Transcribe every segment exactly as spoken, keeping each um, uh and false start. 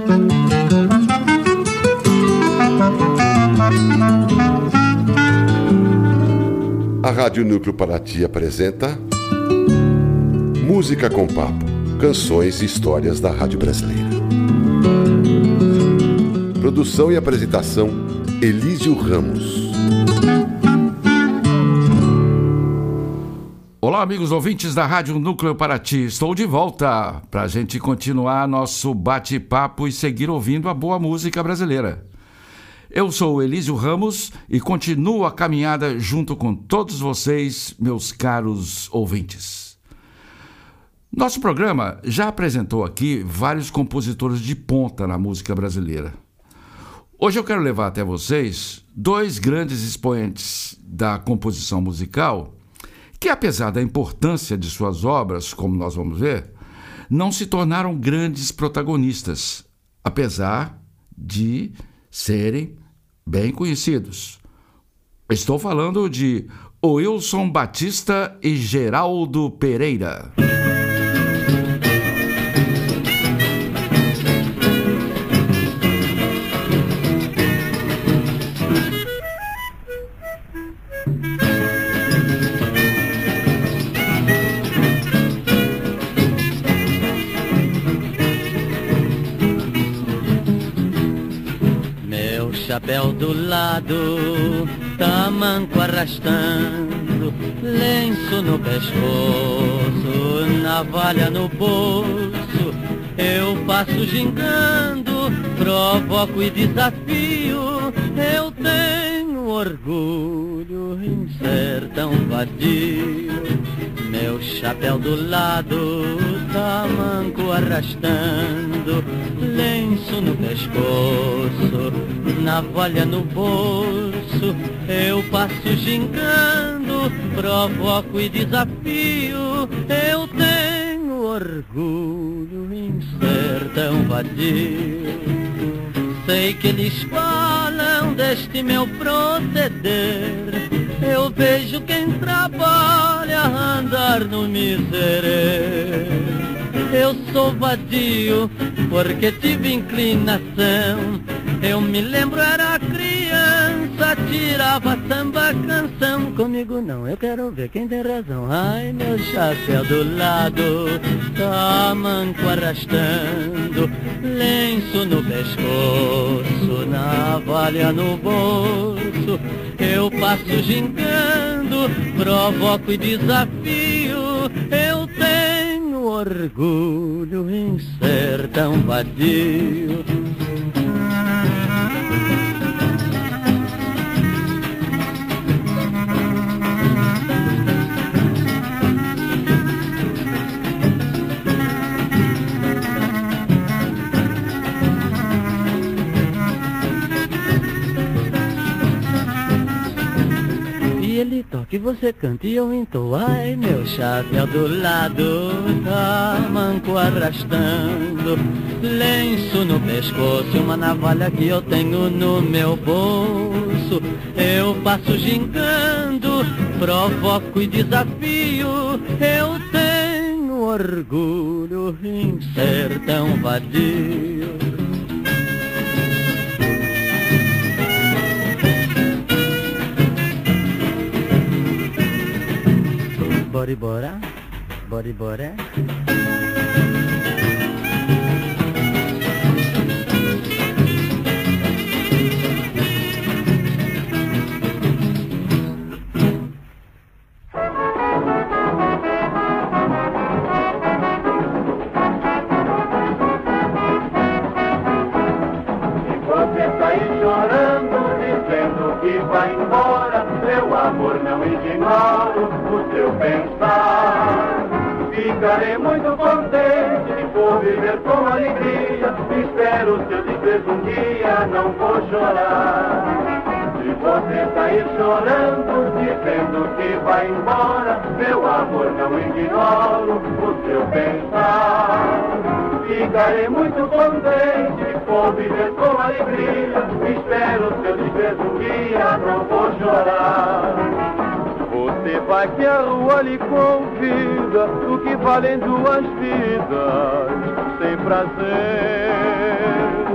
A Rádio Núcleo Paraty apresenta Música com Papo, canções e histórias da rádio brasileira. Produção e apresentação, Elísio Ramos. Olá, amigos ouvintes da Rádio Núcleo Paraty. Estou de volta para a gente continuar nosso bate-papo e seguir ouvindo a boa música brasileira. Eu sou o Elísio Ramos e continuo a caminhada junto com todos vocês, meus caros ouvintes. Nosso programa já apresentou aqui vários compositores de ponta na música brasileira. Hoje eu quero levar até vocês dois grandes expoentes da composição musical que, apesar da importância de suas obras, como nós vamos ver, não se tornaram grandes protagonistas, apesar de serem bem conhecidos. Estou falando de Wilson Batista e Geraldo Pereira. Chapéu do lado, tamanco arrastando, lenço no pescoço, navalha no bolso. Eu passo gingando, provoco e desafio. Eu tenho orgulho em sertão vadio. Meu chapéu do lado, tamanco arrastando, lenço no pescoço, navalha no bolso. Eu passo gingando, provoco e desafio. Eu tenho orgulho em sertão vadio. Sei que eles falam deste meu proceder. Eu vejo quem trabalha andar no miserê. Eu sou vadio porque tive inclinação. Eu me lembro, era criança, tirava samba canção. Comigo não, eu quero ver quem tem razão. Ai, meu chapéu do lado, tamanco arrastando, lenço no pescoço, navalha no bolso. Eu passo gingando, provoco e desafio. Eu tenho orgulho em sertão vadio. Ele toca e você canta e eu entoo. Ai, meu chapéu do lado, tamanco arrastando, lenço no pescoço, uma navalha que eu tenho no meu bolso. Eu passo gingando, provoco e desafio. Eu tenho orgulho em sertão vadio. Bora, bora, bora, bora. Se você sair chorando, dizendo que vai embora, meu amor, não ignoro o seu pensar. Ficarei muito contente se for viver com alegria. Espero seu desprezo um dia, não vou chorar. Se você sair chorando, dizendo que vai embora, meu amor, não ignoro o seu pensar. Ficarei muito contente se for viver com alegria. Espero seu desprezo um dia, não vou chorar. Você vai que a rua lhe convida, o que valem duas vidas sem prazer.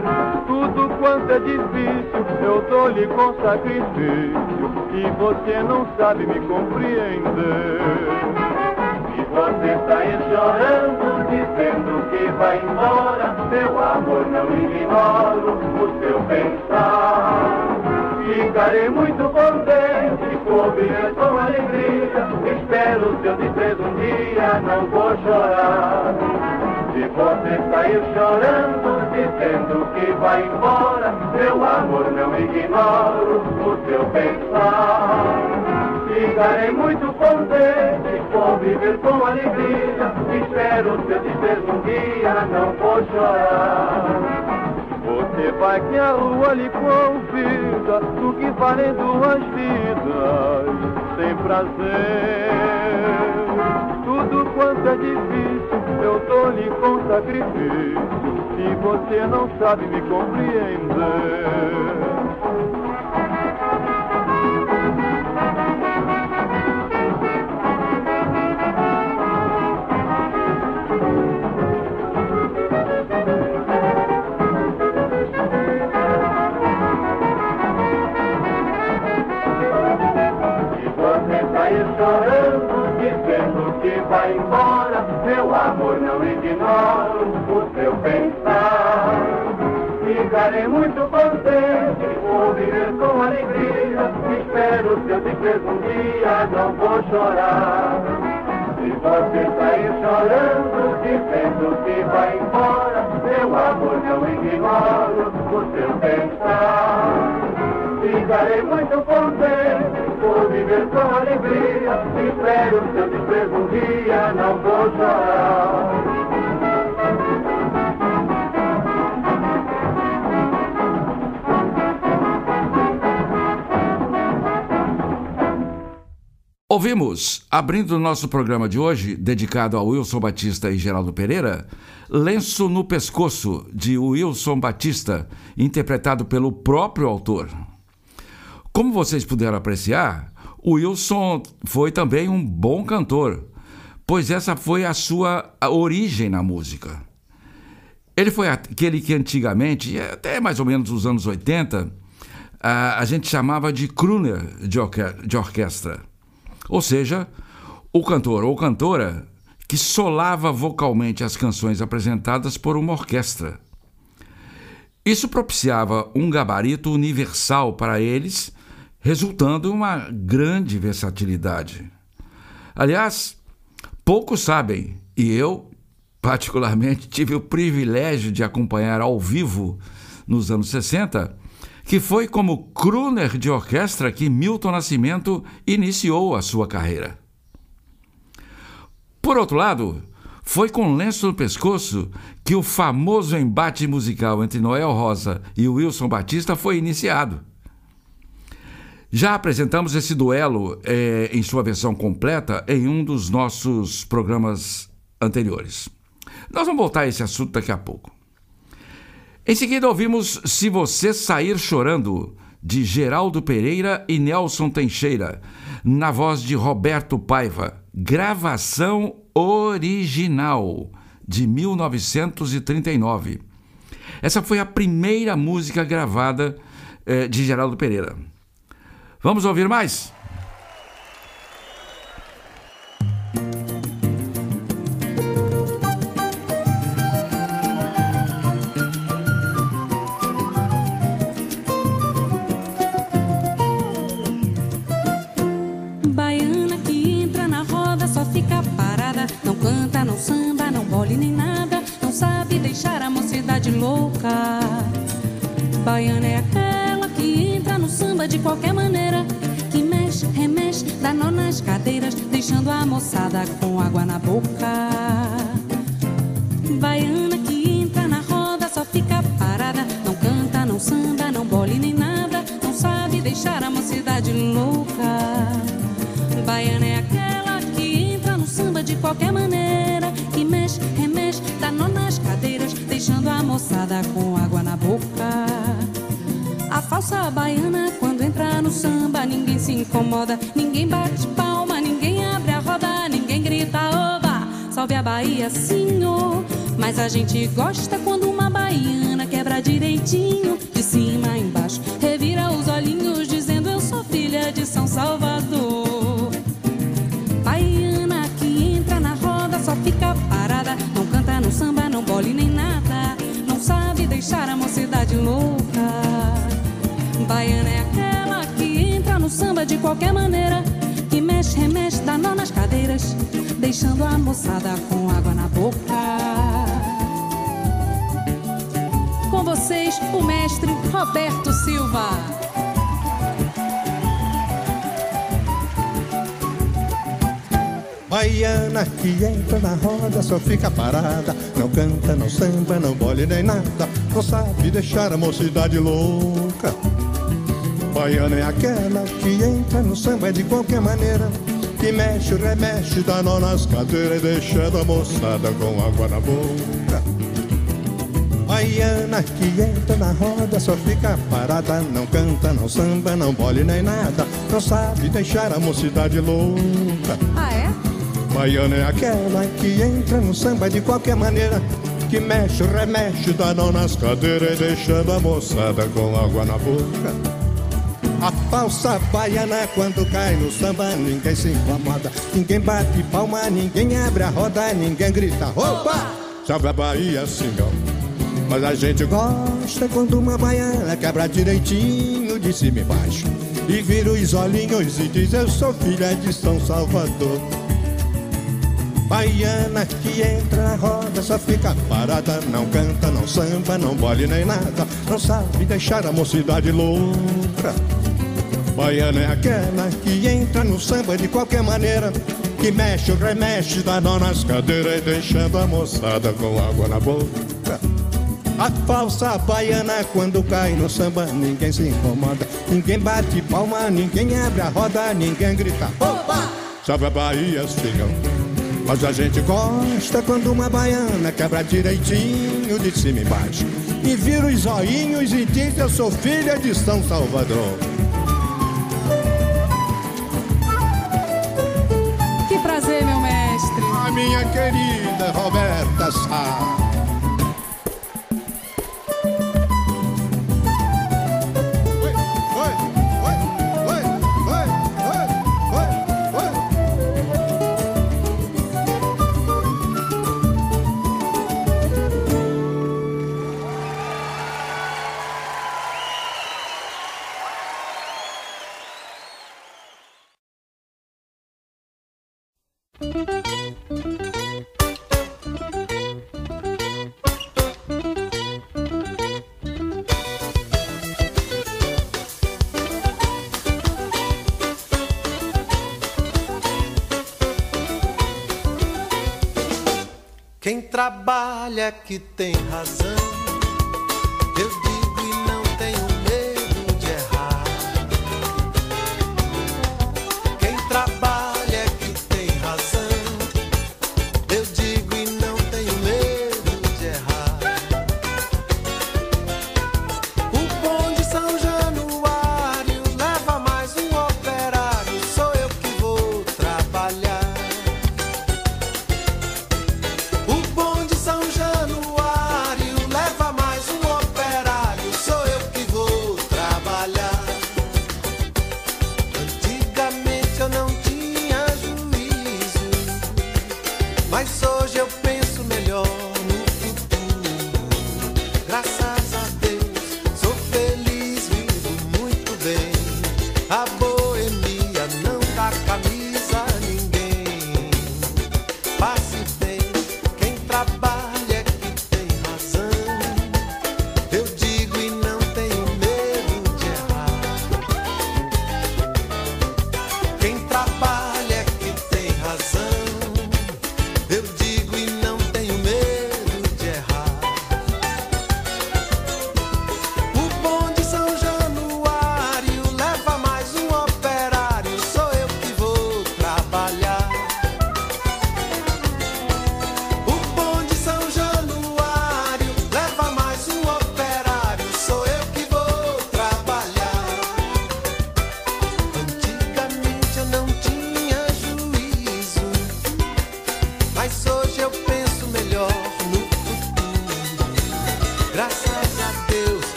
quanto é difícil, eu dou-lhe com sacrifício, e você não sabe me compreender. E você sair chorando, dizendo que vai embora, meu amor, não ignoro o seu pensar. Ficarei muito contente por viver com alegria, espero seu desprezo um dia, não vou chorar. Se você sair chorando, dizendo que vai embora, meu amor, não ignoro o seu pensar. Ficarei muito contente por viver com alegria, espero seu desprezo um dia, não vou chorar. Você vai que a rua lhe convida, do que valem duas vidas sem prazer. Tudo quanto é difícil, eu dou-lhe com sacrifício, e você não sabe me compreender. Chorando, dizendo que vai embora, meu amor, não ignoro o seu pensar. Ficarei muito contente por viver com alegria, espero seu desprezo um dia, não vou chorar. Se você sair chorando, dizendo que vai embora, meu amor, não ignoro o seu pensar. Ficarei muito contente por viver com alegria, espero seu desprezo um dia, não vou chorar. Ouvimos, abrindo o nosso programa de hoje, dedicado a Wilson Batista e Geraldo Pereira, Lenço no Pescoço, de Wilson Batista, interpretado pelo próprio autor. Como vocês puderam apreciar, o Wilson foi também um bom cantor, pois essa foi a sua origem na música. Ele foi aquele que antigamente, até mais ou menos nos anos oitenta, a, a gente chamava de crooner de, orque- de orquestra. Ou seja, o cantor ou cantora que solava vocalmente as canções apresentadas por uma orquestra. Isso propiciava um gabarito universal para eles, resultando em uma grande versatilidade. Aliás, poucos sabem, e eu, particularmente, tive o privilégio de acompanhar ao vivo nos anos sessenta, que foi como crooner de orquestra que Milton Nascimento iniciou a sua carreira. Por outro lado, foi com Lenço no Pescoço que o famoso embate musical entre Noel Rosa e Wilson Batista foi iniciado. Já apresentamos esse duelo é, em sua versão completa em um dos nossos programas anteriores. Nós vamos voltar a esse assunto daqui a pouco. Em seguida ouvimos Se Você Sair Chorando, de Geraldo Pereira e Nelson Teixeira, na voz de Roberto Paiva, gravação original de mil novecentos e trinta e nove. Essa foi a primeira música gravada eh, de Geraldo Pereira. Vamos ouvir mais? Baiana que entra na roda só fica parada, não canta, não samba, não bole nem nada, não sabe deixar a mocidade louca. Baiana é aquela que entra no samba de qualquer maneira, que mexe, remexe, dá nó nas cadeiras, deixando a moçada com água na boca. Baiana que entra na roda só fica parada, não canta, não samba, não bole nem nada, não sabe deixar a mocidade louca. Baiana é aquela que entra no samba de qualquer maneira, que mexe, remexe, dá nó nas cadeiras, deixando a moçada com água na boca. A falsa baiana, quando entra no samba, ninguém se incomoda, ninguém bate palma, ninguém abre a roda, ninguém grita oba, salve a Bahia, senhor. Mas a gente gosta quando uma baiana quebra direitinho, de cima, embaixo, revira os olhinhos dizendo eu sou filha de São Salvador. Baiana que entra na roda só fica parada, não canta, não samba, não bole nem nada, não sabe deixar a mocidade louca. Baiana é aquela que entra no samba de qualquer maneira, que mexe, remexe, dá nó nas cadeiras, deixando a moçada com água na boca. Com vocês, o mestre Roberto Silva. Baiana que entra na roda só fica parada, não canta, não samba, não bole nem nada, não sabe deixar a mocidade louca. Baiana é aquela que entra no samba de qualquer maneira, que mexe, remexe, dá nó nas cadeiras, deixando a moçada com água na boca. Baiana que entra na roda só fica parada, não canta, não samba, não bole nem nada, não sabe deixar a mocidade louca. Ah, é? Baiana é aquela que entra no samba de qualquer maneira, que mexe, remexe, dá nó nas cadeiras, deixando a moçada com água na boca. A falsa baiana quando cai no samba ninguém se incomoda, ninguém bate palma, ninguém abre a roda, ninguém grita opa! Salve a Bahia, singão. Mas a gente gosta quando uma baiana quebra direitinho de cima e baixo e vira os olhinhos e diz eu sou filha de São Salvador. Baiana que entra na roda só fica parada, não canta, não samba, não bole nem nada, não sabe deixar a mocidade louca. Baiana é aquela que entra no samba de qualquer maneira, que mexe, remexe, dá nó nas cadeiras, deixando a moçada com água na boca. A falsa baiana quando cai no samba ninguém se incomoda, ninguém bate palma, ninguém abre a roda, ninguém grita opa! Salve a Bahia, filhão. Mas a gente gosta quando uma baiana quebra direitinho de cima e baixo e vira os olhinhos e diz eu sou filha de São Salvador. Que prazer, meu mestre. A minha querida Roberta Sá. Quem trabalha que tem razão, eu digo e não tenho medo de errar. Quem trabalha que tem razão, eu digo e não tenho medo de errar. O bonde São Januário leva mais um operário, sou eu que vou trabalhar. São Januário leva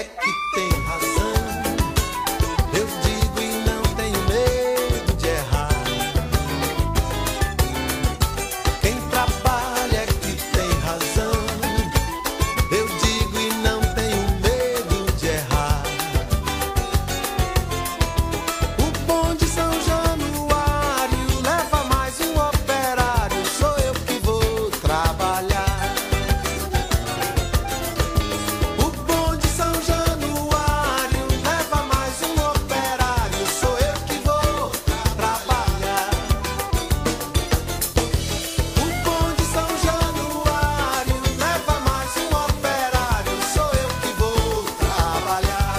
é que tem razão. Eu digo e não tenho medo de errar. Quem trabalha é que tem razão. Eu digo e não tenho medo de errar. O bonde São Januário leva mais um operário. Sou eu que vou trabalhar. O bonde São Januário leva mais um operário. Sou eu que vou trabalhar. O bonde São Januário leva mais um operário. Sou eu que vou trabalhar.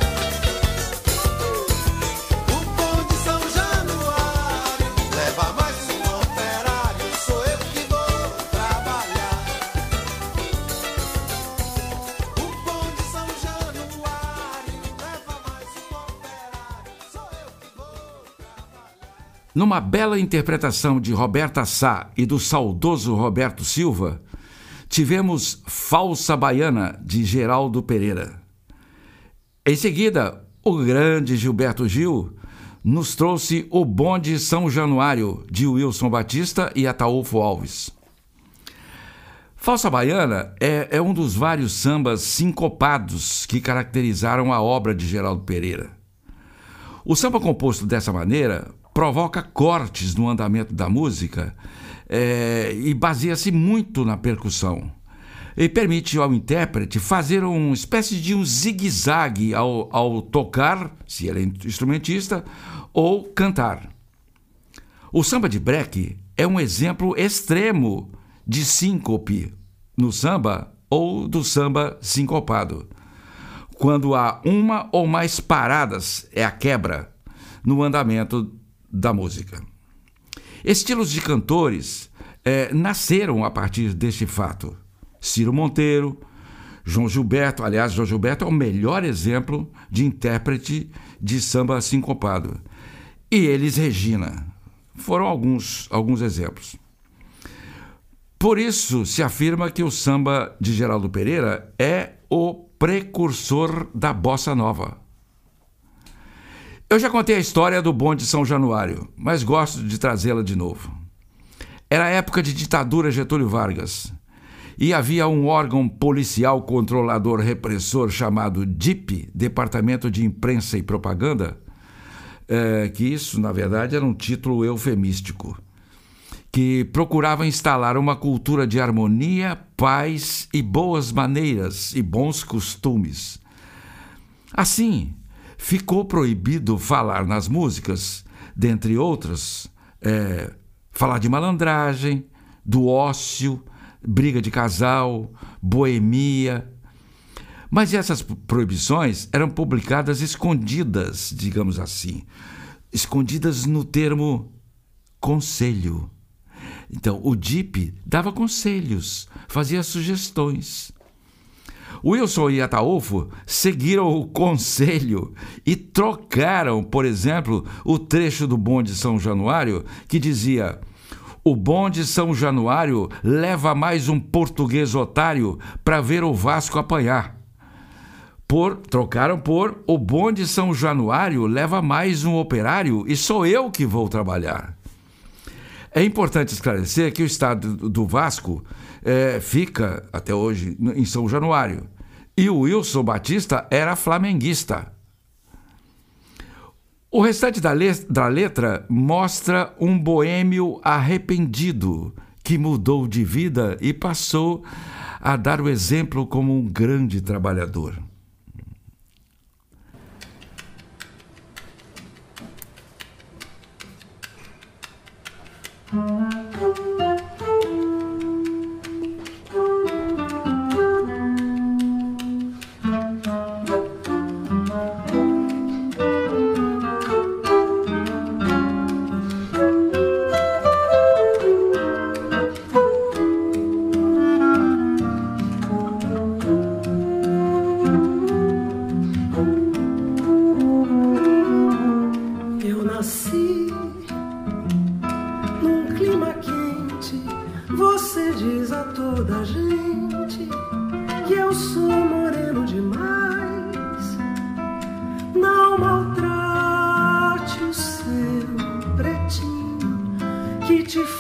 O bonde São Januário leva mais um operário. Sou eu que vou trabalhar. O bonde São Januário leva mais um operário. Sou eu que vou trabalhar. Numa bela interpretação de Roberta Sá e do saudoso Roberto Silva, tivemos Falsa Baiana, de Geraldo Pereira. Em seguida, o grande Gilberto Gil nos trouxe O Bonde São Januário, de Wilson Batista e Ataúfo Alves. Falsa Baiana é, é um dos vários sambas sincopados que caracterizaram a obra de Geraldo Pereira. O samba composto dessa maneira provoca cortes no andamento da música é, e baseia-se muito na percussão. E permite ao intérprete fazer uma espécie de um zigue-zague ao, ao tocar, se ele é instrumentista, ou cantar. O samba de breque é um exemplo extremo de síncope no samba ou do samba sincopado, quando há uma ou mais paradas, é a quebra, no andamento da música. Estilos de cantores eh, nasceram a partir deste fato. Ciro Monteiro, João Gilberto, aliás, João Gilberto é o melhor exemplo de intérprete de samba sincopado. E Elis Regina foram alguns, alguns exemplos. Por isso se afirma que o samba de Geraldo Pereira é o precursor da bossa nova. Eu já contei a história do bonde São Januário, mas gosto de trazê-la de novo. Era a época de ditadura Getúlio Vargas e havia um órgão policial controlador repressor chamado D I P, Departamento de Imprensa e Propaganda, é, que isso, na verdade, era um título eufemístico, que procurava instalar uma cultura de harmonia, paz e boas maneiras e bons costumes. Assim, ficou proibido falar nas músicas, dentre outras, é, falar de malandragem, do ócio, briga de casal, boemia. Mas essas proibições eram publicadas escondidas, digamos assim, escondidas no termo conselho. Então, o D I P dava conselhos, fazia sugestões. Wilson e Ataúfo seguiram o conselho e trocaram, por exemplo, o trecho do bonde São Januário que dizia: o bonde São Januário leva mais um português otário para ver o Vasco apanhar. Por, trocaram por o bonde São Januário leva mais um operário e sou eu que vou trabalhar. É importante esclarecer que o estado do Vasco é, fica, até hoje, em São Januário. E o Wilson Batista era flamenguista. O restante da, le- da letra mostra um boêmio arrependido que mudou de vida e passou a dar o exemplo como um grande trabalhador. Eu nasci num clima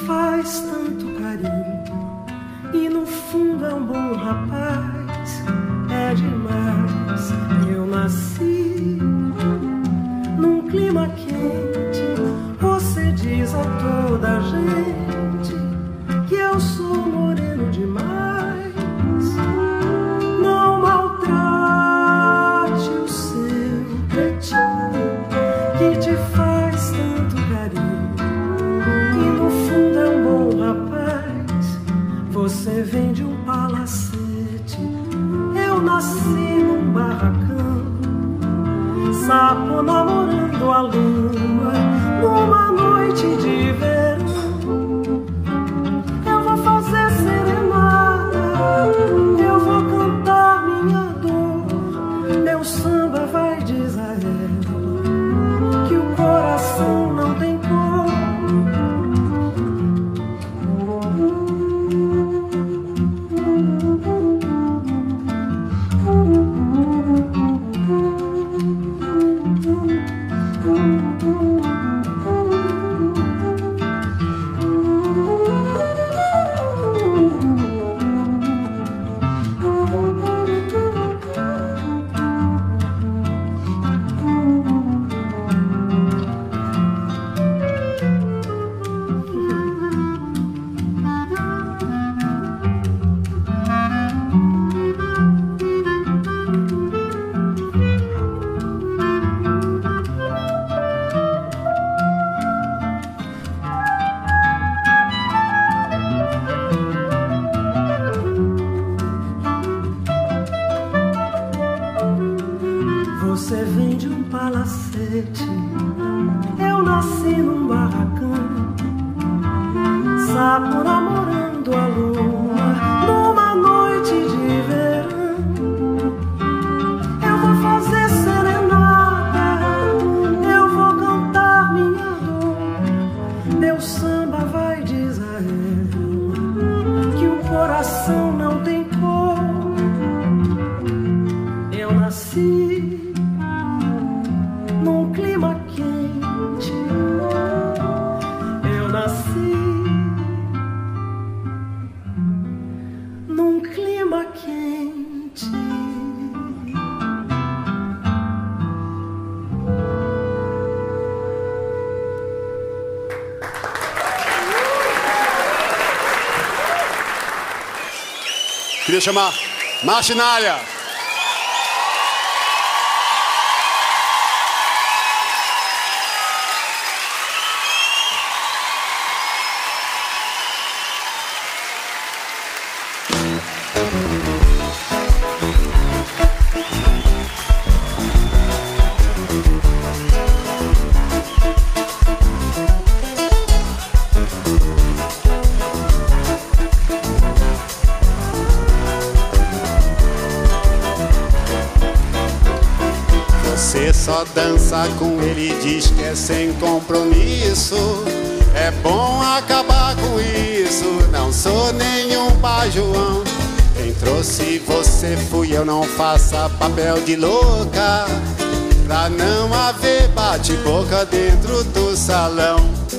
faz tanto carinho e no fundo é um bom rapaz, é demais. Eu nasci num clima quente, você diz a toda a gente que eu sou moreno demais. Não maltrate o seu pretinho que te faz tanto carinho e no fundo é um bom rapaz. Você vem de um palacete, eu nasci num barracão, sapo namorando a lua numa noite de verão. Eu vou fazer serenata, eu vou cantar minha dor. Meu samba vai dizer a ela que o coração não tem cor. Você vem de um palacete, eu nasci num barracão, sapo namorando a lua numa noite de verão. Eu vou fazer serenata, eu vou cantar minha dor. Meu samba vai dizer a ela que o coração não tem cor. Eu nasci num clima quente, eu nasci num clima quente. Queria chamar Martinália. Você só dança com ele, diz que é sem compromisso. É bom acabar com isso, não sou nenhum pai João. Quem trouxe você fui eu, não faça papel de louca, pra não haver bate-boca dentro do salão.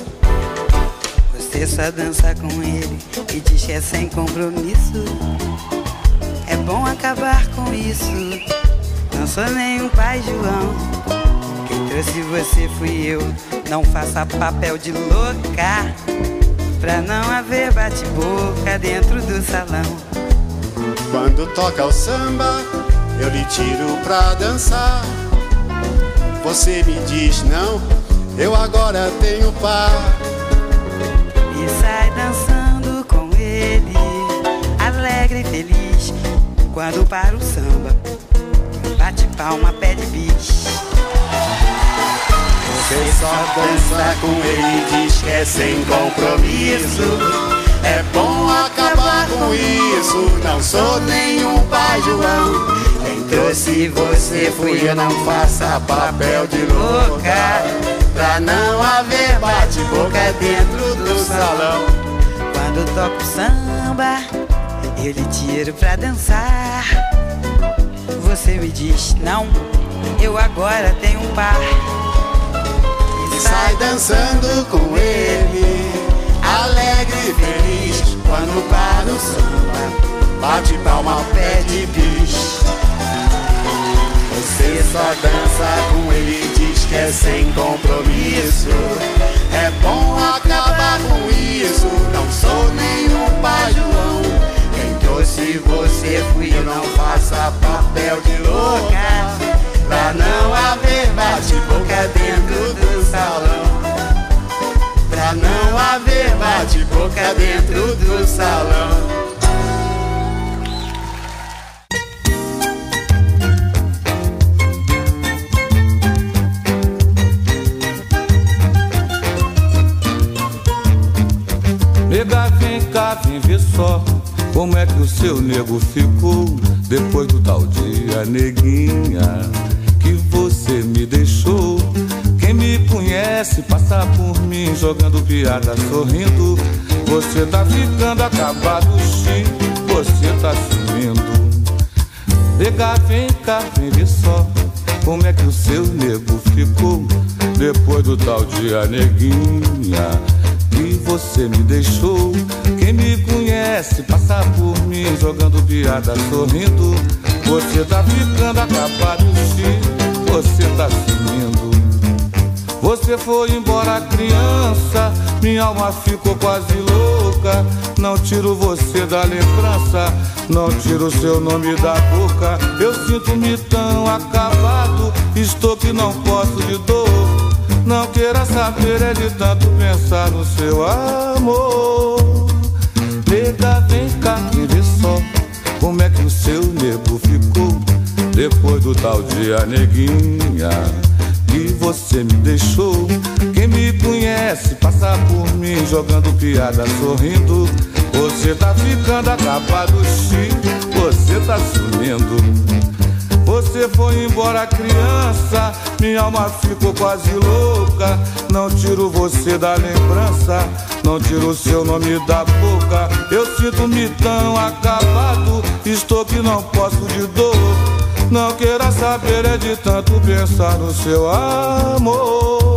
Você só dança com ele e diz que é sem compromisso. É bom acabar com isso, não sou nenhum pai João. Quem trouxe você fui eu, não faça papel de louca, pra não haver bate-boca dentro do salão. Quando toca o samba, eu lhe tiro pra dançar. Você me diz não, eu agora tenho par. E sai dançando com ele, alegre e feliz. Quando para o samba, bate palma, pede bis. Você só dança com ele, diz que é sem compromisso. É bom acabar com isso, não sou nenhum pai João. Quem trouxe você fui eu, não faça papel de louca, pra não haver bate-boca dentro do salão. Quando toco samba, eu lhe tiro pra dançar. Você me diz não, eu agora tenho um par. E sai dançando com ele, alegre e feliz. Quando para o samba, bate palma ao pé de bis. Você só dança com ele, diz que é sem compromisso. É bom acabar com isso, não sou nenhum Pai João. Quem trouxe você fui eu, não faça papel de louca, pra não haver bate-boca dentro do salão. Pra não haver bate-boca dentro do salão. Nega, vem cá, vem ver só como é que o seu nego ficou depois do tal dia, neguinha, que você me deixou. Quem me conhece passa por mim jogando piada, sorrindo. Você tá ficando acabado, xi, você tá sumindo. Nega, vem cá, vem ver só como é que o seu nego ficou depois do tal dia, neguinha, que você me deixou. Quem me conhece passa por mim jogando piada, sorrindo. Você tá ficando acabado, xi, você tá sumindo. Você foi embora criança, minha alma ficou quase louca. Não tiro você da lembrança, não tiro seu nome da boca. Eu sinto-me tão acabado, estou que não posso de dor. Não queira saber, é de tanto pensar no seu amor. Nega, vem cá, vem ver só como é que o seu nego ficou depois do tal dia, neguinha, que você me deixou. Quem me conhece passa por mim jogando piada, sorrindo. Você tá ficando acabado, xi, você tá sumindo. Você foi embora criança, minha alma ficou quase louca. Não tiro você da lembrança, não tiro o seu nome da boca. Eu sinto-me tão acabado, estou que não posso de dor. Não queira saber, é de tanto pensar no seu amor.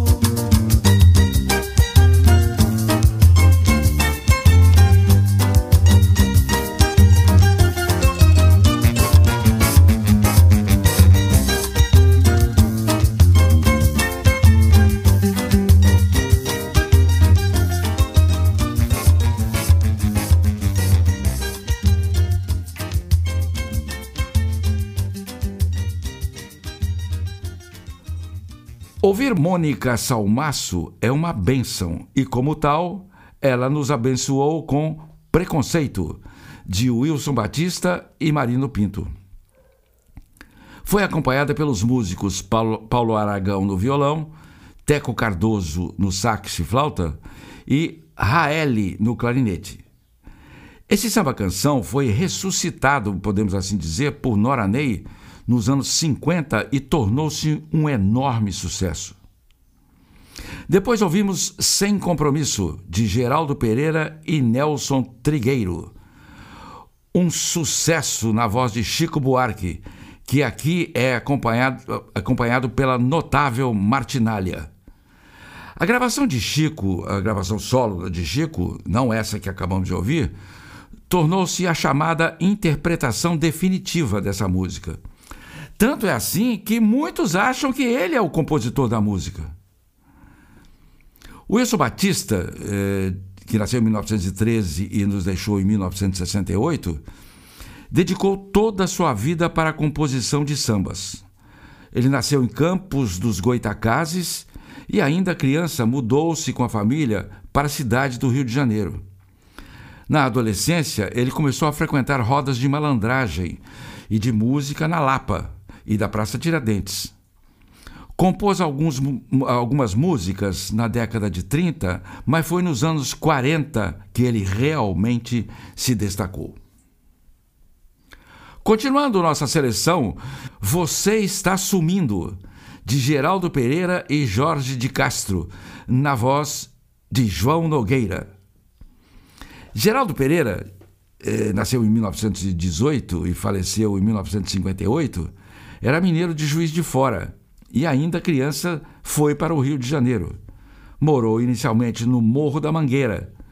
Ouvir Mônica Salmaço é uma bênção e, como tal, ela nos abençoou com Preconceito, de Wilson Batista e Marino Pinto. Foi acompanhada pelos músicos Paulo, Paulo Aragão no violão, Teco Cardoso no sax e flauta e Raeli no clarinete. Esse samba-canção foi ressuscitado, podemos assim dizer, por Nora Ney nos anos cinquenta e tornou-se um enorme sucesso. Depois ouvimos Sem Compromisso, de Geraldo Pereira e Nelson Trigueiro. Um sucesso na voz de Chico Buarque, que aqui é acompanhado, acompanhado pela notável Martinália. A gravação de Chico, a gravação solo de Chico, não essa que acabamos de ouvir, tornou-se a chamada interpretação definitiva dessa música. Tanto é assim que muitos acham que ele é o compositor da música. O Wilson Batista, eh, que nasceu em mil novecentos e treze e nos deixou em mil novecentos e sessenta e oito, dedicou toda a sua vida para a composição de sambas. Ele nasceu em Campos dos Goitacazes e, ainda criança, mudou-se com a família para a cidade do Rio de Janeiro. Na adolescência, ele começou a frequentar rodas de malandragem e de música na Lapa e da Praça Tiradentes. Compôs alguns, algumas músicas na década de trinta, mas foi nos anos quarenta que ele realmente se destacou. Continuando nossa seleção, Você Está Sumindo, de Geraldo Pereira e Jorge de Castro, na voz de João Nogueira. Geraldo Pereira eh, nasceu em mil novecentos e dezoito e faleceu em mil novecentos e cinquenta e oito, era mineiro de Juiz de Fora e, ainda criança, foi para o Rio de Janeiro. Morou inicialmente no Morro da Mangueira,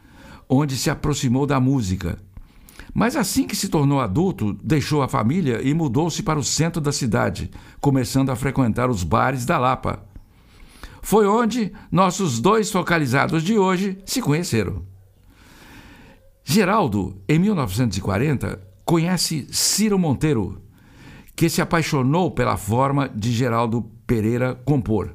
onde se aproximou da música. Mas assim que se tornou adulto, deixou a família e mudou-se para o centro da cidade, começando a frequentar os bares da Lapa. Foi onde nossos dois focalizados de hoje se conheceram. Geraldo, em mil novecentos e quarenta, conhece Ciro Monteiro, que se apaixonou pela forma de Geraldo Pereira compor.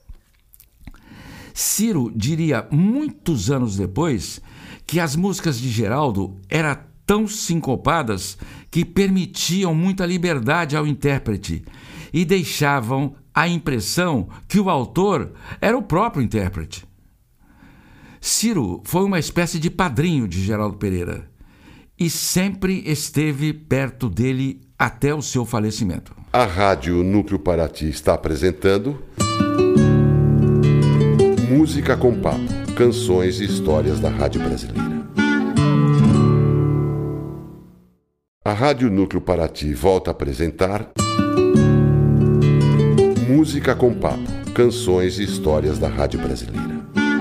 Ciro diria muitos anos depois que as músicas de Geraldo eram tão sincopadas que permitiam muita liberdade ao intérprete e deixavam a impressão que o autor era o próprio intérprete. Ciro foi uma espécie de padrinho de Geraldo Pereira e sempre esteve perto dele até o seu falecimento. A Rádio Núcleo Paraty está apresentando Música com Papo, canções e histórias da Rádio Brasileira. A Rádio Núcleo Paraty volta a apresentar Música com Papo, canções e histórias da Rádio Brasileira.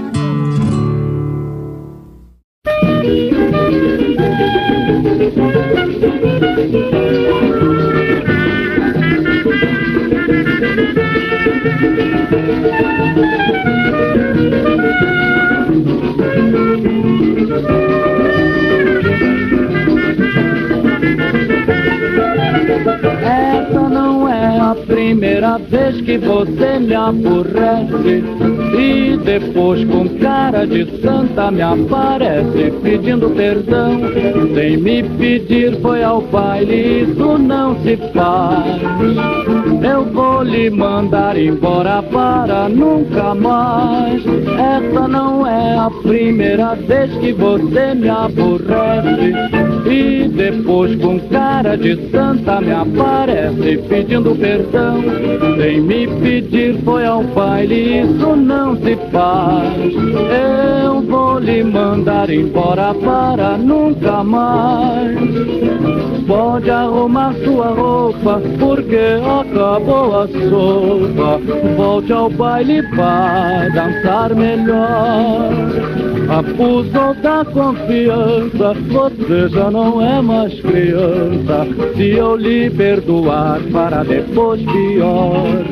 Essa não é a primeira vez que você me aborrece e depois com cara de santa me aparece pedindo perdão. Sem me pedir foi ao baile, isso não se faz. Eu vou lhe mandar embora para nunca mais. Essa não é a primeira vez que você me aborrece e depois com cara de santa me aparece pedindo perdão. Sem me pedir foi ao baile, isso não se faz. Eu vou lhe mandar embora para nunca mais. Pode arrumar sua roupa porque acabou a sopa. Volte ao baile, vai dançar melhor. Abusou da confiança, você já não é mais criança. Se eu lhe perdoar, para depois pior.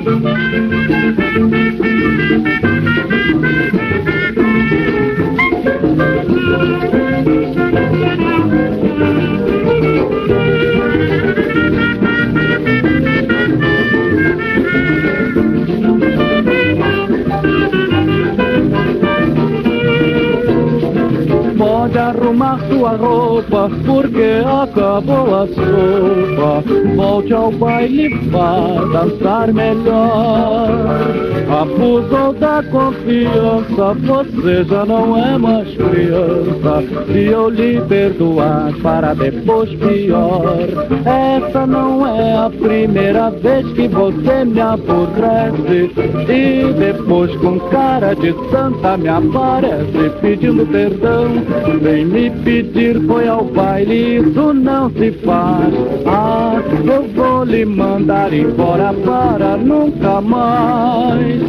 Pode arrumar sua roupa porque acabou a sopa. Volte ao baile, vá dançar melhor. Abusou da confiança, você já não é mais criança. Se eu lhe perdoar, para depois pior. Essa não é a primeira vez que você me aborrece e depois com cara de santa me aparece pedindo perdão. Vem me pedir foi ao baile, isso não se faz. Ah, eu vou lhe mandar embora para nunca mais.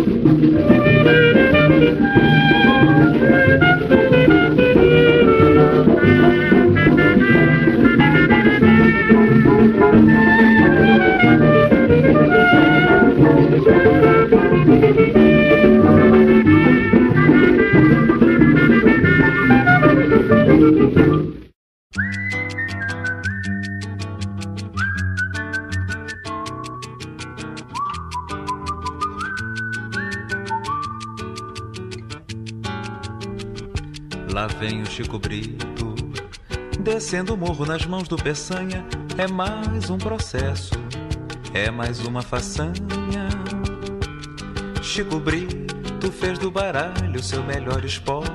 Lá vem o Chico Brito, descendo o morro nas mãos do Peçanha. É mais um processo, é mais uma façanha. Chico Brito fez do baralho seu melhor esporte.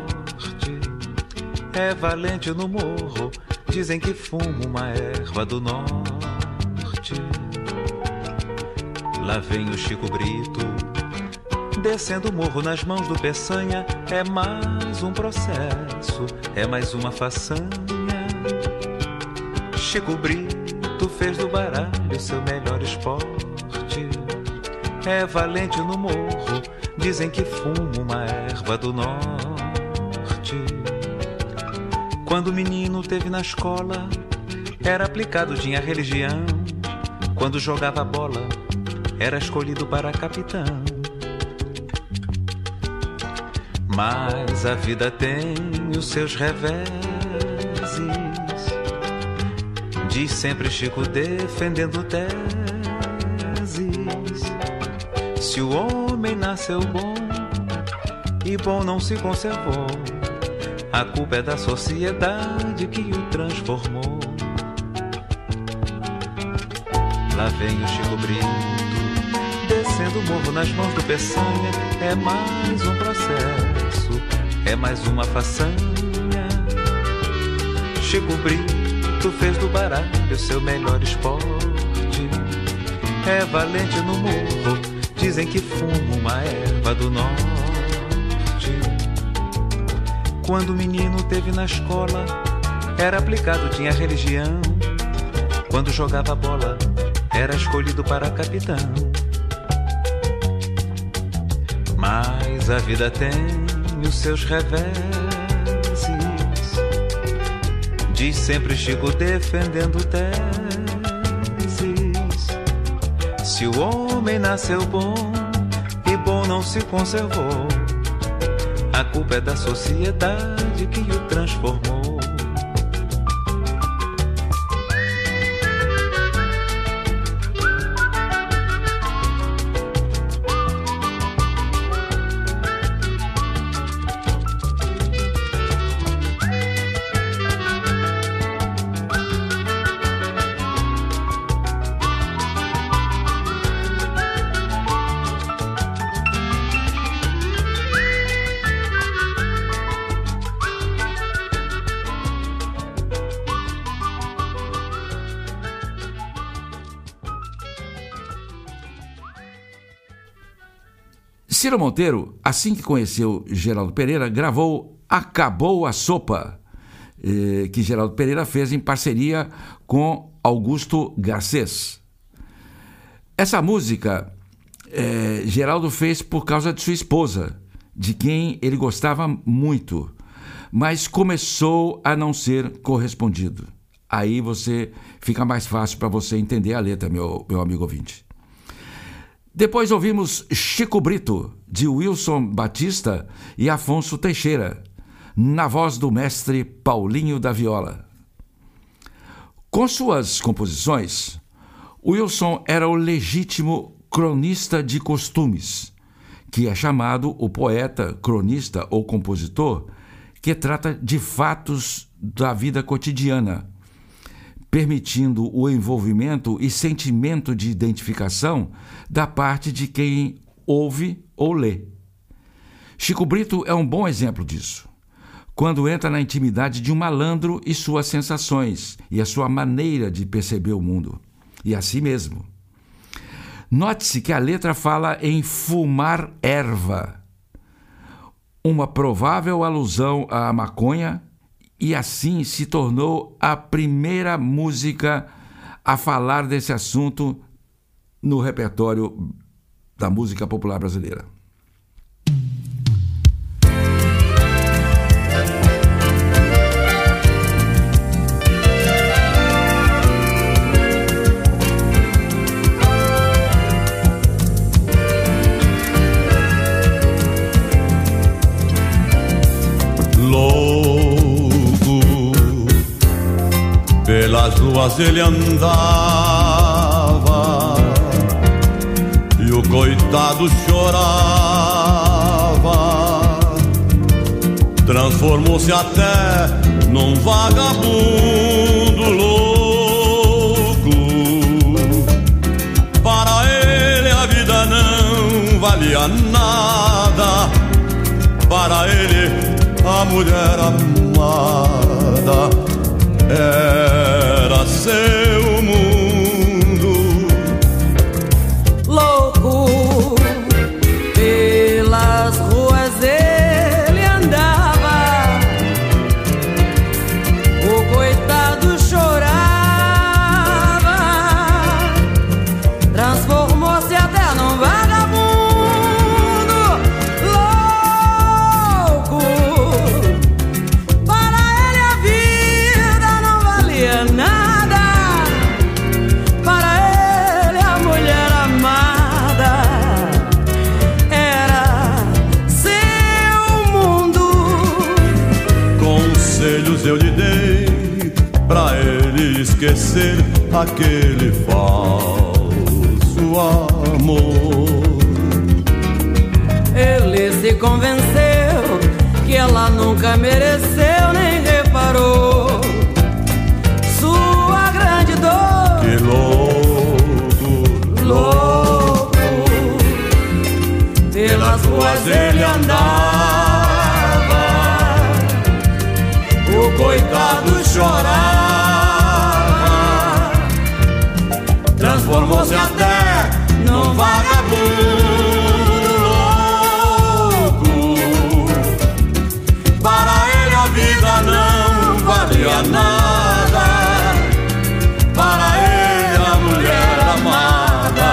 É valente no morro, dizem que fuma uma erva do norte. Lá vem o Chico Brito, descendo o morro nas mãos do Peçanha. É mais um processo, é mais uma façanha. Chico Brito fez do baralho seu melhor esporte. É valente no morro, dizem que fuma uma erva do norte. Quando o menino teve na escola, era aplicado, tinha religião. Quando jogava bola, era escolhido para capitão. Mas a vida tem os seus reveses, diz sempre Chico defendendo teses. Se o homem nasceu bom e bom não se conservou, a culpa é da sociedade que o transformou. Lá vem o Chico Brito, descendo o morro nas mãos do Peçanha. É mais um processo, é mais uma façanha. Chico Brito fez do baralho seu melhor esporte. É valente no morro, dizem que fuma uma erva do norte. Quando o menino teve na escola, era aplicado, tinha religião. Quando jogava bola, era escolhido para capitão. Mas a vida tem os seus reveses, diz sempre Chico defendendo teses. Se o homem nasceu bom e bom não se conservou, a culpa é da sociedade que o transformou. Ciro Monteiro, assim que conheceu Geraldo Pereira, gravou Acabou a Sopa, eh, que Geraldo Pereira fez em parceria com Augusto Garcês. Essa música, eh, Geraldo fez por causa de sua esposa, de quem ele gostava muito, mas começou a não ser correspondido. Aí você fica mais fácil para você entender a letra, meu, meu amigo ouvinte. Depois ouvimos Chico Brito, de Wilson Batista e Afonso Teixeira, na voz do mestre Paulinho da Viola. Com suas composições, Wilson era o legítimo cronista de costumes, que é chamado o poeta, cronista ou compositor, que trata de fatos da vida cotidiana, permitindo o envolvimento e sentimento de identificação da parte de quem ouve ou lê. Chico Brito é um bom exemplo disso, quando entra na intimidade de um malandro e suas sensações e a sua maneira de perceber o mundo, e a si mesmo. Note-se que a letra fala em fumar erva, uma provável alusão à maconha, e assim se tornou a primeira música a falar desse assunto no repertório da música popular brasileira. Pelas ruas ele andava e o coitado chorava. Transformou-se até num vagabundo louco. Para ele a vida não valia nada. Para ele a mulher amada era seu mundo. Louco, pelas ruas ele andava, o coitado chorava, transformou-se até num vagabundo. Louco, para ele a vida esquecer aquele falso amor. Ele se convenceu que ela nunca mereceu nem reparou sua grande dor. Que louco, louco, pelas ruas ele andava, o coitado chorava, transformou-se até num vagabundo. Não valia nada, para ele a mulher amada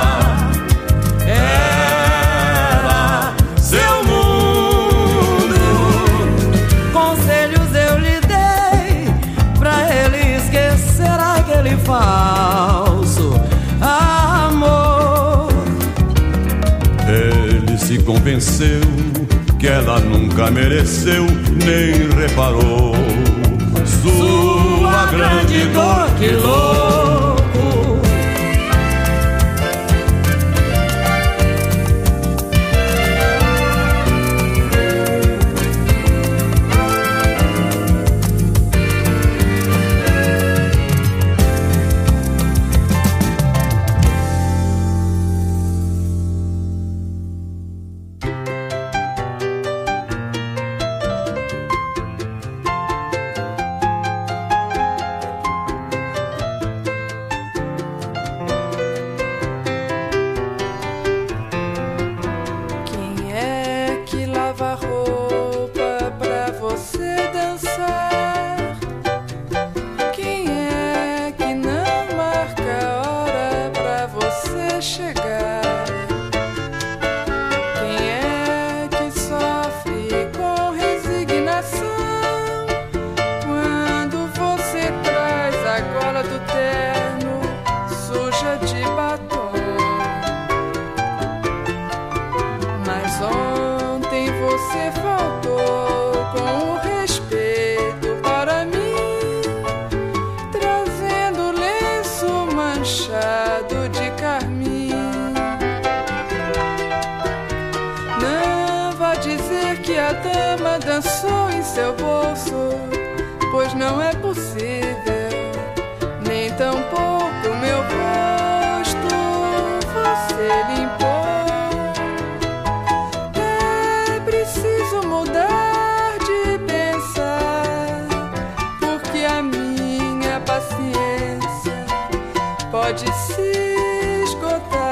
era seu mundo. Conselhos eu lhe dei pra ele esquecer aquele falso amor. Ele se convenceu que ela nunca mereceu nem reparou sua grande dor. Que louco, dançou em seu bolso, pois não é possível, nem tampouco meu rosto você limpou. É preciso mudar de pensar, porque a minha paciência pode se esgotar.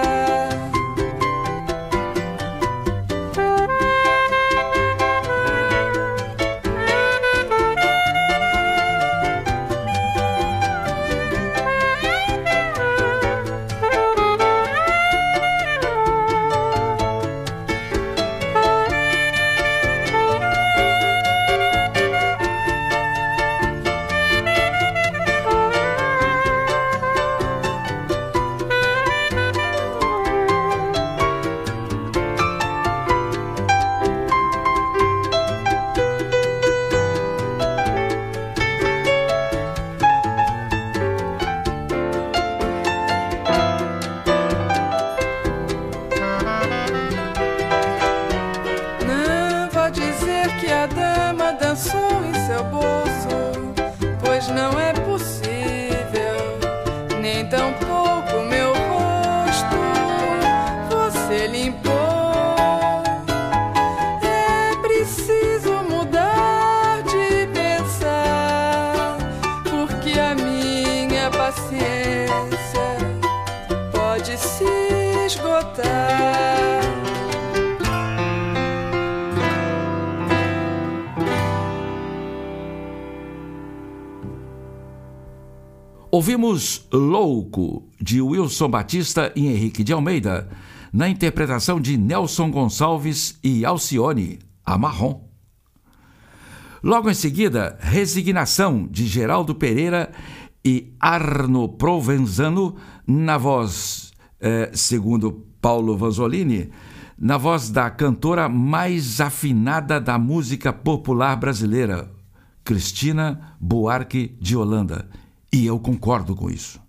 Ouvimos Louco, de Wilson Batista e Henrique de Almeida, na interpretação de Nelson Gonçalves e Alcione, a Marrom. Logo em seguida, Resignação, de Geraldo Pereira e Arno Provenzano, na voz, eh, segundo Paulo Vanzolini, na voz da cantora mais afinada da música popular brasileira, Cristina Buarque de Holanda. E eu concordo com isso.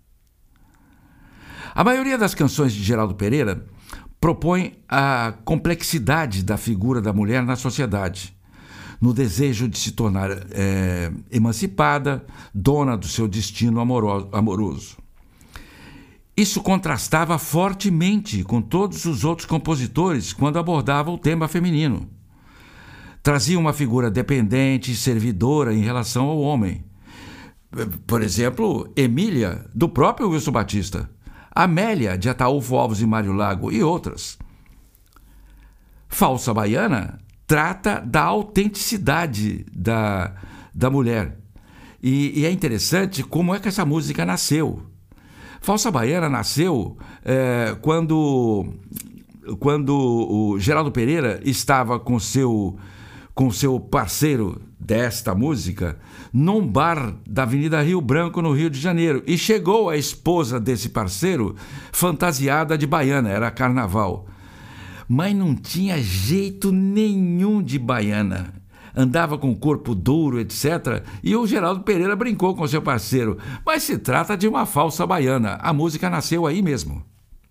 A maioria das canções de Geraldo Pereira propõe a complexidade da figura da mulher na sociedade, no desejo de se tornar é, emancipada, dona do seu destino amoroso, amoroso. Isso contrastava fortemente com todos os outros compositores quando abordava o tema feminino. Trazia uma figura dependente e servidora em relação ao homem. Por exemplo, Emília, do próprio Wilson Batista, Amélia, de Ataúfo Alves e Mário Lago, e outras. Falsa Baiana trata da autenticidade da, da mulher. E, e é interessante como é que essa música nasceu. Falsa Baiana nasceu é, quando, quando o Geraldo Pereira estava com seu, com seu parceiro desta música num bar da Avenida Rio Branco, no Rio de Janeiro. E chegou a esposa desse parceiro fantasiada de baiana, era carnaval. Mas não tinha jeito nenhum de baiana. Andava com o corpo duro, etcétera. E o Geraldo Pereira brincou com seu parceiro. Mas se trata de uma falsa baiana. A música nasceu aí mesmo.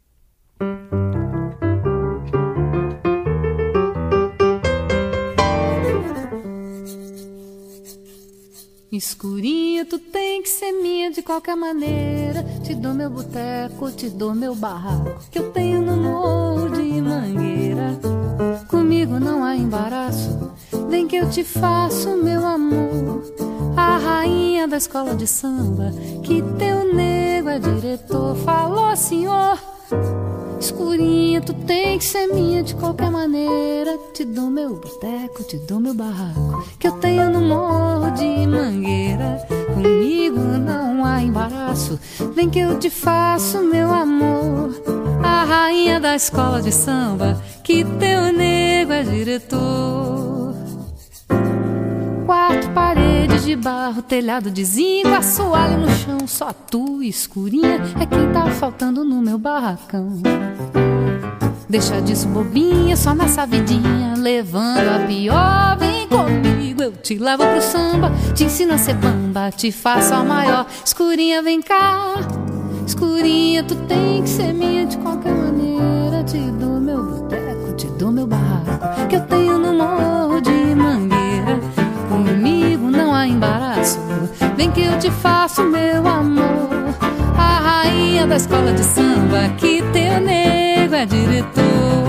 Escurinha, tu tem que ser minha de qualquer maneira. Te dou meu boteco, te dou meu barraco, que eu tenho no morro de Mangueira. Comigo não há embaraço, vem que eu te faço, meu amor. A rainha da escola de samba, que teu nego é diretor. Falou, senhor. Escurinha, tu tem que ser minha de qualquer maneira. Te dou meu boteco, te dou meu barraco, que eu tenho no morro de Mangueira. Comigo não há embaraço, vem que eu te faço, meu amor. A rainha da escola de samba, que teu nego é diretor. Quatro paredes de barro, telhado de zinco, assoalho no chão, só tu, escurinha, é quem tá faltando no meu barracão. Deixa disso, bobinha, só nessa vidinha, levando a pior. Vem comigo, eu te levo pro samba, te ensino a ser bamba, te faço a maior. Escurinha, vem cá. Escurinha, tu tem que ser minha de qualquer maneira. Te dou meu boteco, te dou meu barraco, que eu tenho no morro de Mangueira. Comigo não há embaraço, vem que eu te faço, meu amor. A rainha da escola de samba, que teu nego é diretor.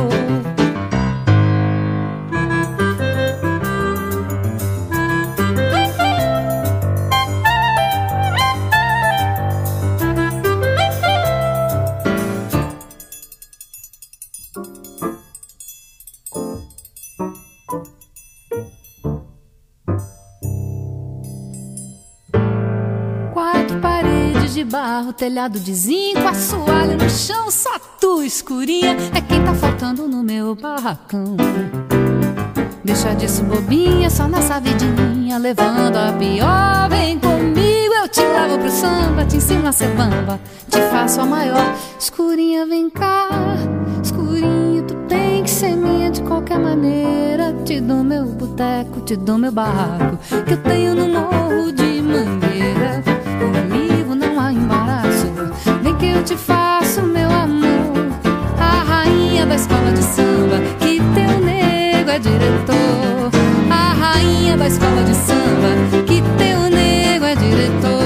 Barro, telhado de zinco, assoalho no chão, só tu, escurinha, é quem tá faltando no meu barracão. Deixa disso, bobinha, só nessa vidinha, levando a pior. Vem comigo, eu te levo pro samba, te ensino a ser bamba, te faço a maior. Escurinha, vem cá. Escurinha, tu tem que ser minha de qualquer maneira. Te dou meu boteco, te dou meu barraco, que eu tenho no morro de Mangueira. Comigo não há embaraço, vem que eu te faço, meu amor. A rainha da escola de samba, que teu nego é diretor. A rainha da escola de samba, que teu nego é diretor.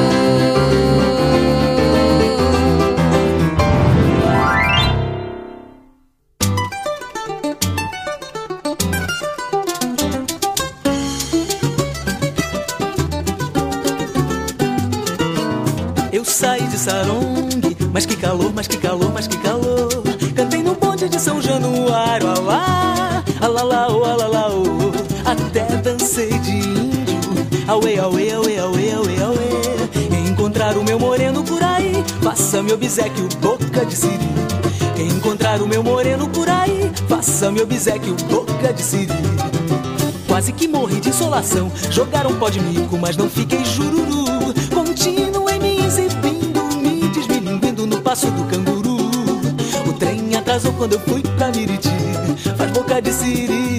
Saí de Sarongue, mas que calor, mas que calor, mas que calor. Cantei no bonde de São Januário, alá, alalaô, alalaô. Até dancei de índio, auê, auê, auê, auê, auê, auê. Encontrar o meu moreno por aí, faça meu obséquio, boca de siri. Encontrar o meu moreno por aí, faça meu obséquio, boca de siri. Quase que morri de insolação, jogaram pó de mico, mas não fiquei jururu. Continuei me exibindo, me desmilinguindo no passo do canguru. O trem atrasou quando eu fui pra Miriti, faz boca de siri.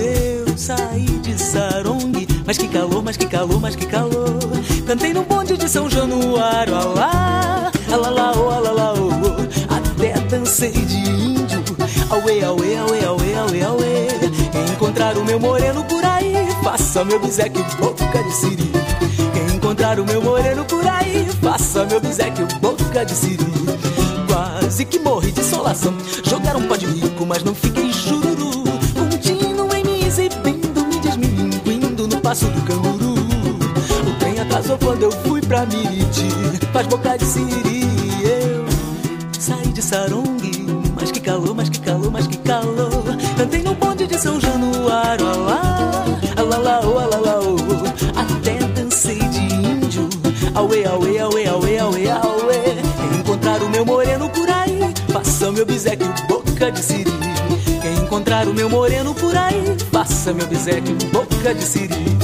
Eu saí de Sarongue, mas que calor, mas que calor, mas que calor. Cantei no bonde de São Januário, alá, alalaô, alalaô. Até dancei de índio, auê, auê, auê, auê, auê, auê. Encontrar o meu moreno por aí, faça meu biseque, boca de siri. Quem encontrar o meu moreno por aí, faça meu biseque, boca de siri. Quase que morri de insolação, jogaram um pó de mico, mas não fiquei jururu. Continuem me exibindo, me desmilinguindo no passo do canguru. O trem atrasou quando eu fui pra Miriti, faz boca de siri. Eu saí de Sarongue, mas que calor, mas que calor, mas que calor. Cantei no bonde de São Januário, alá, alalaô, alalaô. Até dancei de índio, auê, auê, auê, auê, auê, auê. Encontrar o meu moreno por aí, faça meu biseque, boca de siri. Quem encontrar o meu moreno por aí, faça meu biseque, boca de siri.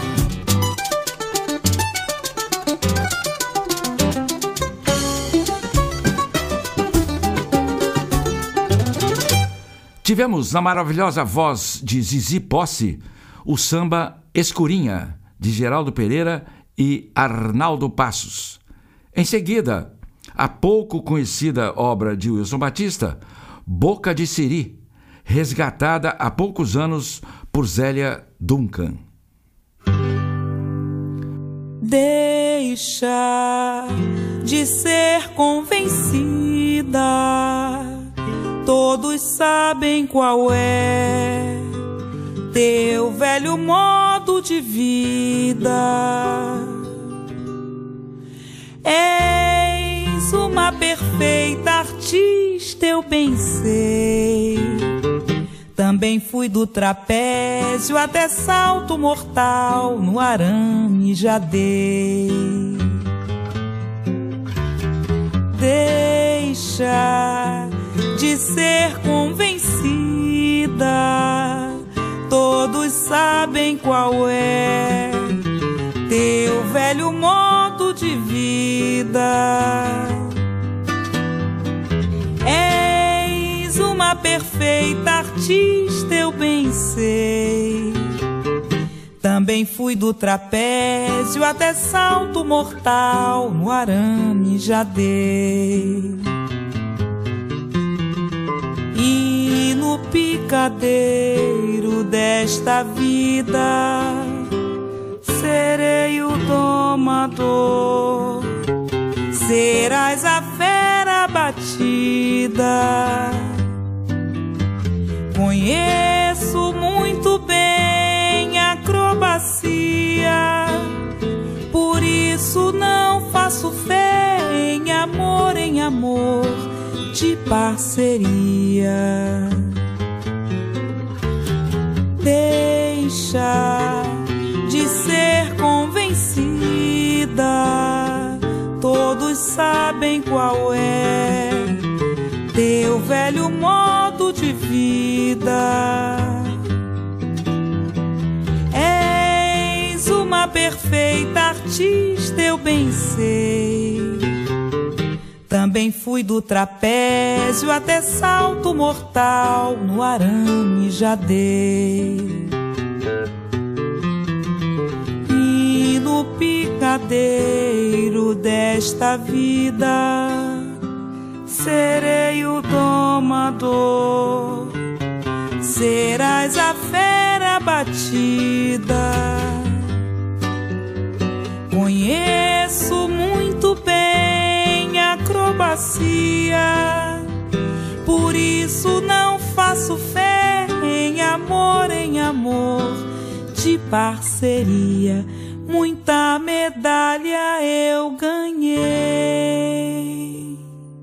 Tivemos na maravilhosa voz de Zizi Posse o samba Escurinha, de Geraldo Pereira e Arnaldo Passos. Em seguida, a pouco conhecida obra de Wilson Batista, Boca de Siri, resgatada há poucos anos por Zélia Duncan. Deixa de ser convencida, todos sabem qual é teu velho modo de vida. És uma perfeita artista, eu bem sei. Também fui do trapézio até salto mortal, no arame já dei. Deixa de ser convencida, todos sabem qual é teu velho modo de vida. És uma perfeita artista, eu bem sei. Também fui do trapézio até salto mortal, no arame já dei. E no picadeiro desta vida serei o domador, serás a fera batida. Conheço muito bem a acrobacia, por isso não faço fé em amor, em amor de parceria. Deixa de ser convencida, todos sabem qual é teu velho modo de vida. És uma perfeita artista, eu bem sei. Também fui do trapézio até salto mortal, no arame já dei. E no picadeiro desta vida serei o domador, serás a fera batida. Conheço muito bem a acrobacia, por isso não faço fé em amor, em amor de parceria. Muita medalha eu ganhei.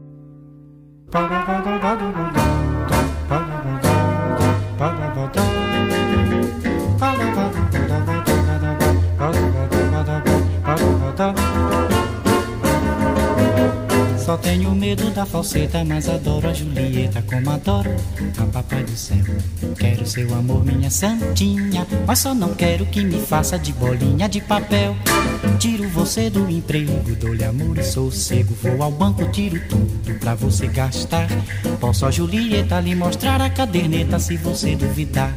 Só tenho medo da falseta, mas adoro a Julieta como adoro a papai do céu. Quero seu amor, minha santinha, mas só não quero que me faça de bolinha de papel. Tiro você do emprego, dou-lhe amor e sossego. Vou ao banco, tiro tudo pra você gastar. Posso a Julieta lhe mostrar a caderneta se você duvidar.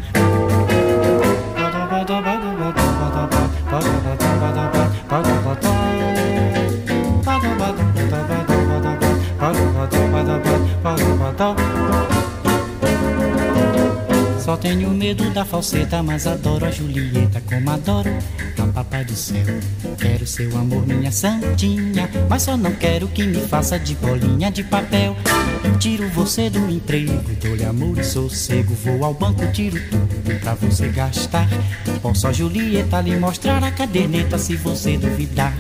Só tenho medo da falseta, mas adoro a Julieta como adoro a papai do céu. Quero seu amor, minha santinha, mas só não quero que me faça de bolinha de papel. Eu tiro você do emprego, dou-lhe amor e sossego. Vou ao banco, tiro tudo pra você gastar. Posso a Julieta lhe mostrar a caderneta se você duvidar.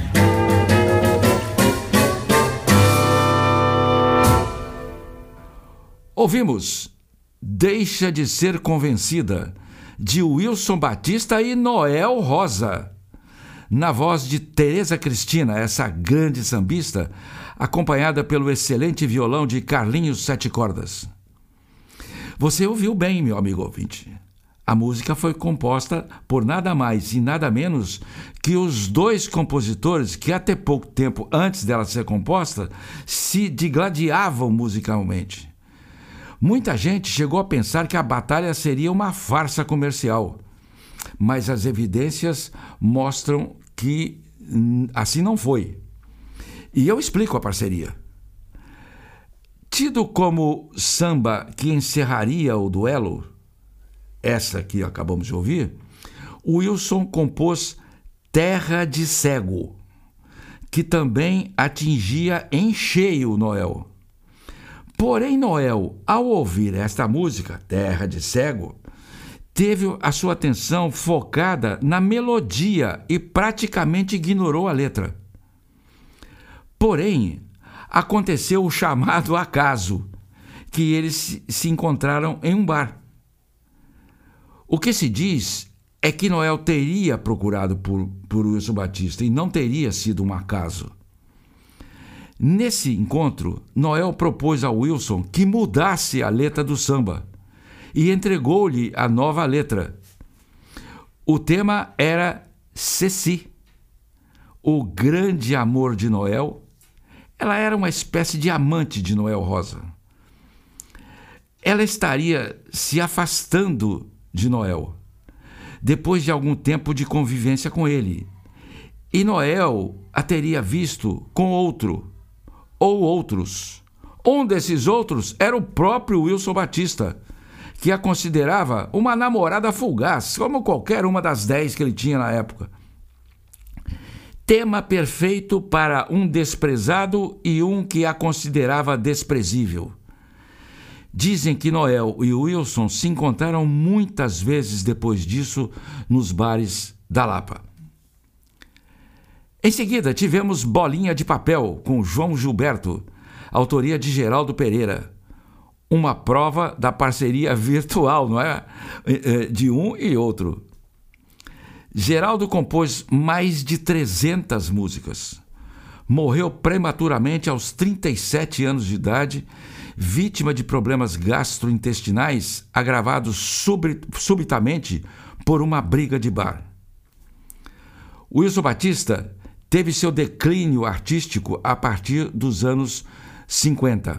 Ouvimos Deixa de Ser Convencida, de Wilson Batista e Noel Rosa, na voz de Tereza Cristina, essa grande sambista, acompanhada pelo excelente violão de Carlinhos Sete Cordas. Você ouviu bem, meu amigo ouvinte. A música foi composta por nada mais e nada menos que os dois compositores que até pouco tempo antes dela ser composta se digladiavam musicalmente. Muita gente chegou a pensar que a batalha seria uma farsa comercial, mas as evidências mostram que assim não foi. E eu explico a parceria. Tido como samba que encerraria o duelo, essa que acabamos de ouvir, o Wilson compôs Terra de Cego, que também atingia em cheio Noel. Porém, Noel, ao ouvir esta música, Terra de Cego, teve a sua atenção focada na melodia e praticamente ignorou a letra. Porém, aconteceu o chamado acaso, que eles se encontraram em um bar. O que se diz é que Noel teria procurado por, por Wilson Batista e não teria sido um acaso. Nesse encontro, Noel propôs a Wilson que mudasse a letra do samba e entregou-lhe a nova letra. O tema era Ceci, o grande amor de Noel. Ela era uma espécie de amante de Noel Rosa. Ela estaria se afastando de Noel, depois de algum tempo de convivência com ele. E Noel a teria visto com outro, ou outros. Um desses outros era o próprio Wilson Batista, que a considerava uma namorada fugaz, como qualquer uma das dez que ele tinha na época. Tema perfeito para um desprezado e um que a considerava desprezível. Dizem que Noel e Wilson se encontraram muitas vezes depois disso nos bares da Lapa. Em seguida, tivemos Bolinha de Papel, com João Gilberto, autoria de Geraldo Pereira. Uma prova da parceria virtual, não é? De um e outro. Geraldo compôs mais de trezentas músicas. Morreu prematuramente aos trinta e sete anos de idade, vítima de problemas gastrointestinais agravados subitamente por uma briga de bar. Wilson Batista teve seu declínio artístico a partir dos anos cinquenta.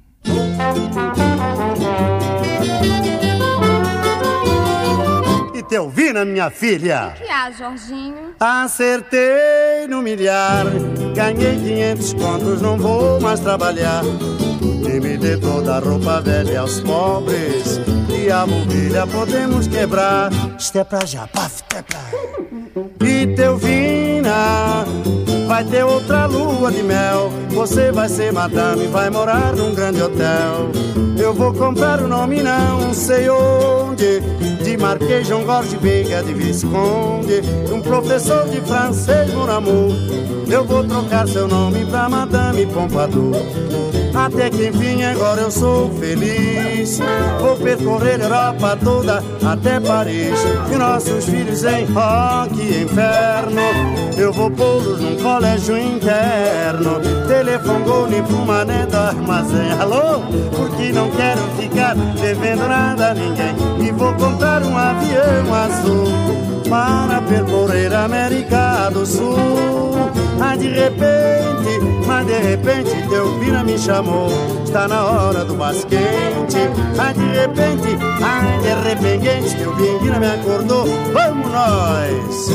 E te ouvindo, minha filha? O que há, Jorginho? Acertei no milhar, ganhei quinhentos contos, não vou mais trabalhar. E me dê toda a roupa velha aos pobres, e a mobília podemos quebrar. Isto é pra já, paf, é pra... E teu Vina, vai ter outra lua de mel. Você vai ser madame, vai morar num grande hotel. Eu vou comprar o nome não sei onde, de Marquês João Gorge Veiga de Visconde, um professor de francês, mon amour. Eu vou trocar seu nome pra Madame Pompadour. Até que enfim agora eu sou feliz. Vou percorrer a Europa toda até Paris. E nossos filhos em rock e inferno eu vou pô-los num colégio interno. Telefone pro mané do armazém. Alô? Porque não quero ficar devendo nada a ninguém. E vou comprar um avião azul para percorrer a América do Sul. Mas de repente, mas de repente teu Vina me chamou. Está na hora do basquete. Mas de repente, ai de repente teu Vina me acordou. Vamos nós!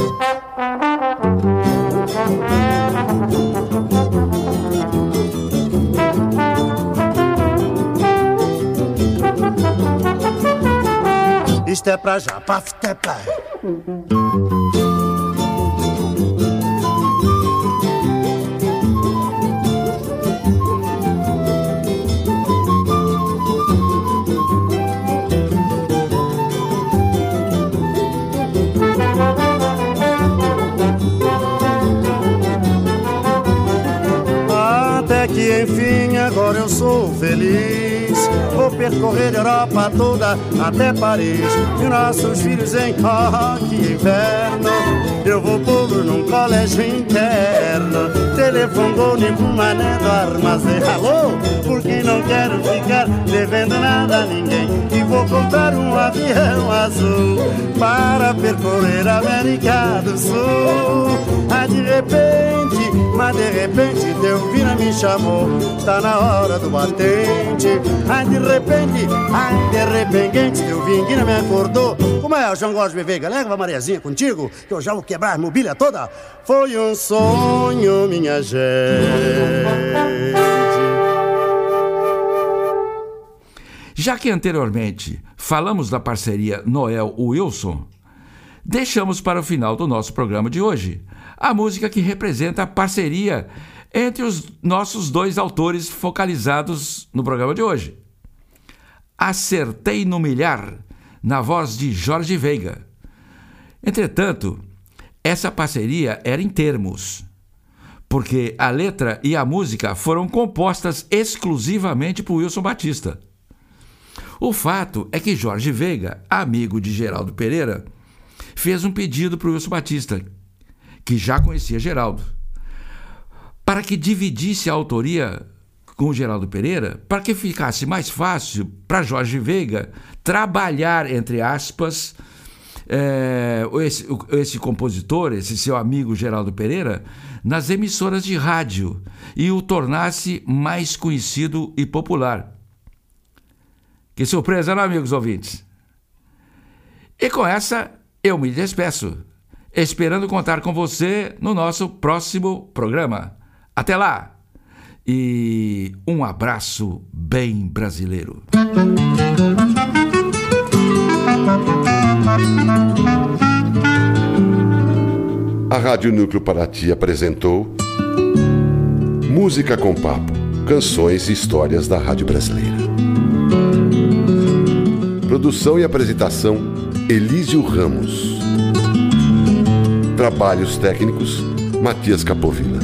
isto é pra já, paf, tepa. Até que enfim agora eu sou feliz. Vou percorrer a Europa toda até Paris. E nossos filhos em oh, que inverno. Eu vou pô-lo num colégio interno. Telefongou pro mané do armazém. Alô, porque não quero ficar devendo nada a ninguém. E vou comprar um avião azul para percorrer a América do Sul. Ah, de repente, mas de repente Teu Vina me chamou. Tá na hora do batente. Ai, de repente, ai, de repente Teu Vina me acordou. Como é, o João Gomes de Veiga? Leva a Mariazinha contigo, que eu já vou quebrar a mobília toda. Foi um sonho, minha gente. Já que anteriormente falamos da parceria Noel-Wilson, deixamos para o final do nosso programa de hoje a música que representa a parceria entre os nossos dois autores focalizados no programa de hoje. Acertei no Milhar, na voz de Jorge Veiga. Entretanto, essa parceria era em termos, porque a letra e a música foram compostas exclusivamente por Wilson Batista. O fato é que Jorge Veiga, amigo de Geraldo Pereira, fez um pedido para o Wilson Batista, que já conhecia Geraldo, para que dividisse a autoria com o Geraldo Pereira, para que ficasse mais fácil para Jorge Veiga trabalhar, entre aspas, é, esse, esse compositor, esse seu amigo Geraldo Pereira, nas emissoras de rádio e o tornasse mais conhecido e popular. Que surpresa, não, amigos ouvintes? E com essa, eu me despeço, esperando contar com você no nosso próximo programa. Até lá! E um abraço bem brasileiro. A Rádio Núcleo Paraty apresentou Música com Papo, canções e histórias da Rádio Brasileira. Produção e apresentação, Elísio Ramos. Trabalhos técnicos, Matias Capovilla.